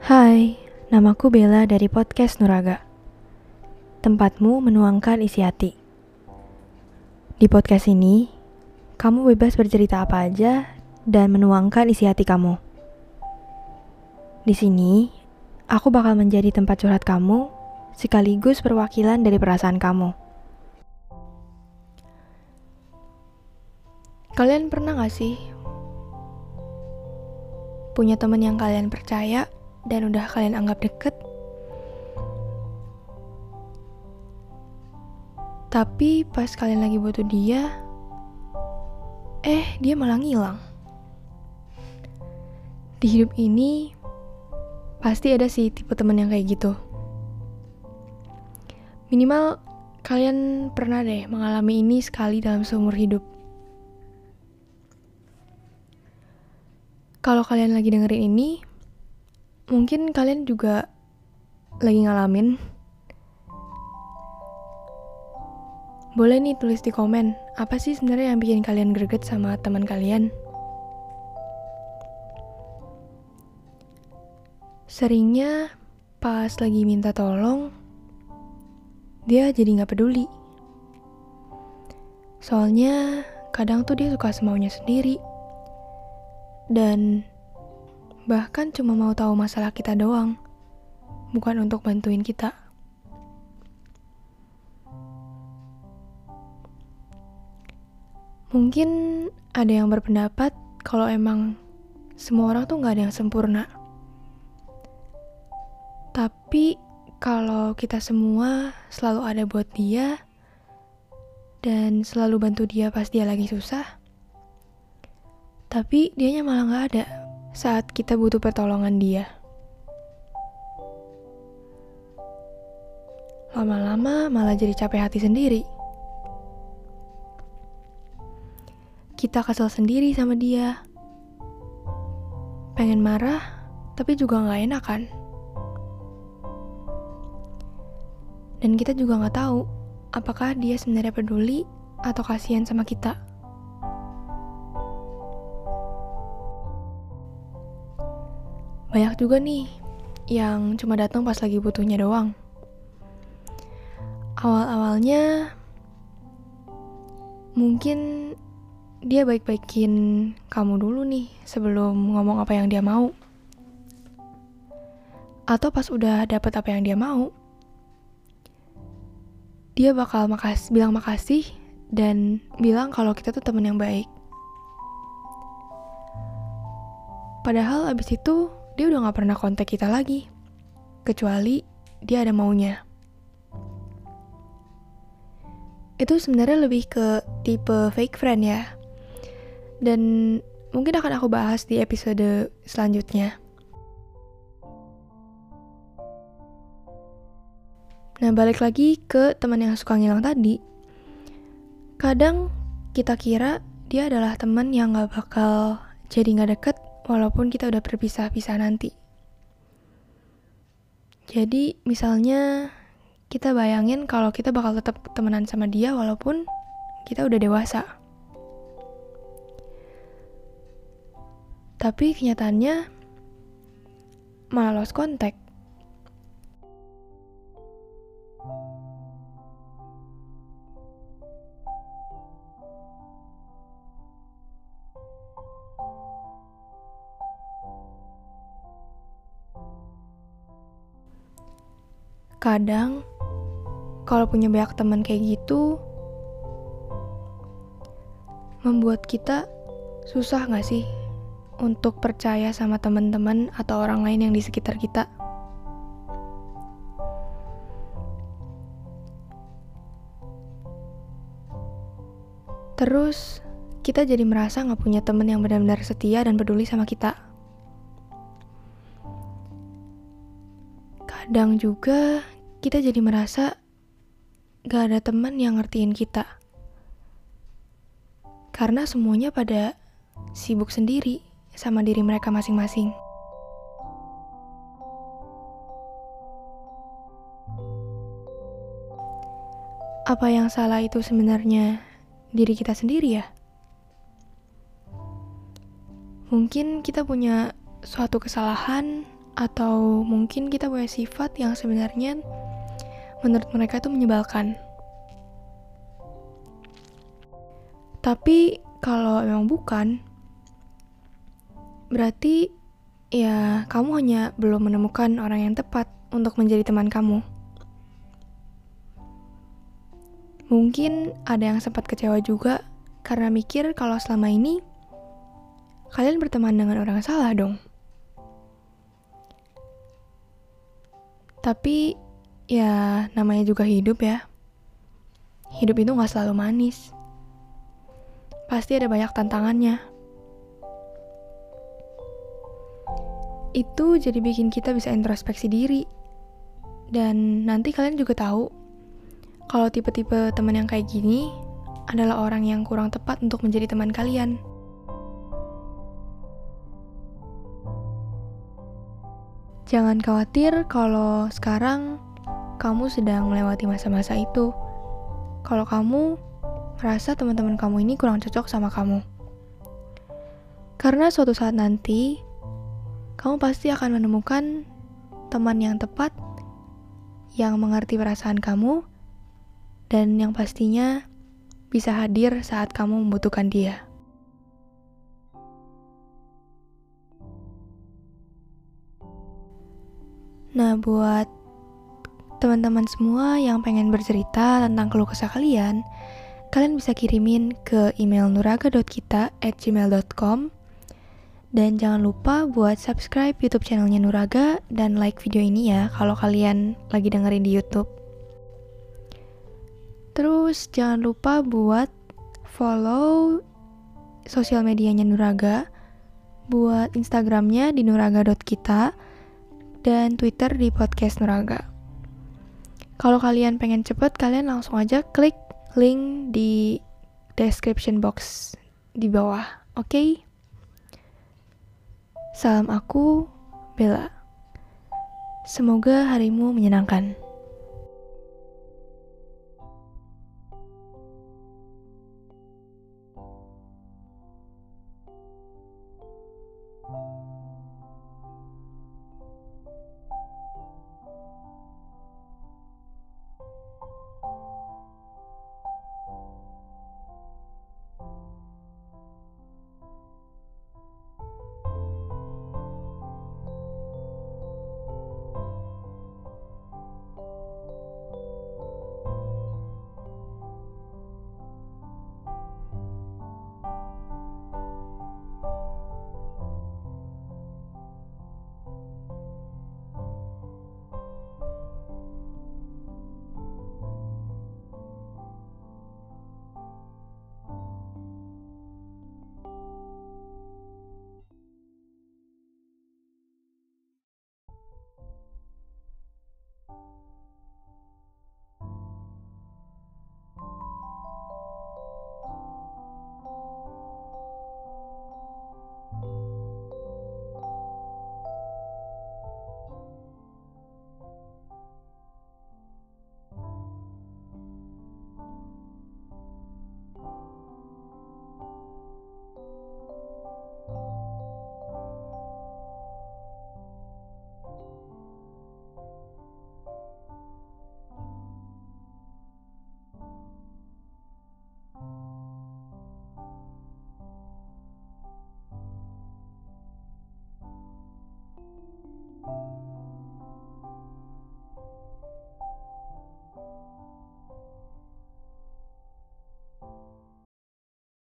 Hai, namaku Bella dari podcast Nuraga. Tempatmu menuangkan isi hati. Di podcast ini, kamu bebas bercerita apa aja dan menuangkan isi hati kamu. Di sini, aku bakal menjadi tempat curhat kamu sekaligus perwakilan dari perasaan kamu. Kalian pernah gak sih punya teman yang kalian percaya dan udah kalian anggap deket, tapi pas kalian lagi butuh dia, dia malah ngilang. Di hidup ini pasti ada sih tipe teman yang kayak gitu. Minimal kalian pernah deh mengalami ini sekali dalam seumur hidup. Kalau kalian lagi dengerin ini, mungkin kalian juga lagi ngalamin. Boleh nih tulis di komen, apa sih sebenarnya yang bikin kalian greget sama teman kalian? Seringnya pas lagi minta tolong, dia jadi gak peduli. Soalnya kadang tuh dia suka semaunya sendiri. Dan bahkan cuma mau tahu masalah kita doang, bukan untuk bantuin kita. Mungkin ada yang berpendapat kalau emang semua orang tuh gak ada yang sempurna. Tapi kalau kita semua selalu ada buat dia dan selalu bantu dia pas dia lagi susah, tapi dianya malah gak ada saat kita butuh pertolongan dia. Lama-lama malah jadi capek hati sendiri. Kita kesel sendiri sama dia. Pengen marah, tapi juga gak enak kan? Dan kita juga gak tahu apakah dia sebenarnya peduli atau kasihan sama kita. Banyak juga nih yang cuma datang pas lagi butuhnya doang. Awal-awalnya mungkin dia baik-baikin kamu dulu nih sebelum ngomong apa yang dia mau. Atau pas udah dapet apa yang dia mau, dia bakal bilang makasih dan bilang kalau kita tuh teman yang baik. Padahal abis itu dia udah gak pernah kontak kita lagi, kecuali dia ada maunya. Itu sebenarnya lebih ke tipe fake friend ya. Dan mungkin akan aku bahas di episode selanjutnya. Nah, balik lagi ke teman yang suka ngilang tadi. Kadang kita kira dia adalah teman yang gak bakal jadi gak deket walaupun kita udah berpisah-pisah nanti. Jadi misalnya kita bayangin kalau kita bakal tetap temenan sama dia walaupun kita udah dewasa. Tapi kenyataannya malah lost contact. Kadang, kalau punya banyak teman kayak gitu, membuat kita susah gak sih untuk percaya sama teman-teman atau orang lain yang di sekitar kita? Terus, kita jadi merasa gak punya teman yang benar-benar setia dan peduli sama kita. Kadang juga kita jadi merasa gak ada teman yang ngertiin kita. Karena semuanya pada sibuk sendiri sama diri mereka masing-masing. Apa yang salah itu sebenarnya diri kita sendiri ya? Mungkin kita punya suatu kesalahan atau mungkin kita punya sifat yang sebenarnya menurut mereka itu menyebalkan. Tapi kalau memang bukan, berarti ya kamu hanya belum menemukan orang yang tepat untuk menjadi teman kamu. Mungkin ada yang sempat kecewa juga karena mikir kalau selama ini kalian berteman dengan orang salah dong. Tapi ya namanya juga hidup ya. Hidup itu gak selalu manis. Pasti ada banyak tantangannya. Itu jadi bikin kita bisa introspeksi diri. Dan nanti kalian juga tahu kalau tipe-tipe teman yang kayak gini adalah orang yang kurang tepat untuk menjadi teman kalian. Jangan khawatir kalau sekarang kamu sedang melewati masa-masa itu. Kalau kamu merasa teman-teman kamu ini kurang cocok sama kamu. Karena suatu saat nanti, kamu pasti akan menemukan teman yang tepat, yang mengerti perasaan kamu, dan yang pastinya bisa hadir saat kamu membutuhkan dia. Nah, buat teman-teman semua yang pengen bercerita tentang keluh kesah kalian bisa kirimin ke email nuraga.kita@gmail.com. Dan jangan lupa buat subscribe YouTube channelnya Nuraga dan like video ini ya kalau kalian lagi dengerin di YouTube. Terus jangan lupa buat follow sosial medianya Nuraga, buat Instagramnya di nuraga.kita, dan Twitter di podcast Nuraga. Kalau kalian pengen cepet, kalian langsung aja klik link di description box di bawah, oke? Salam aku, Bella. Semoga harimu menyenangkan.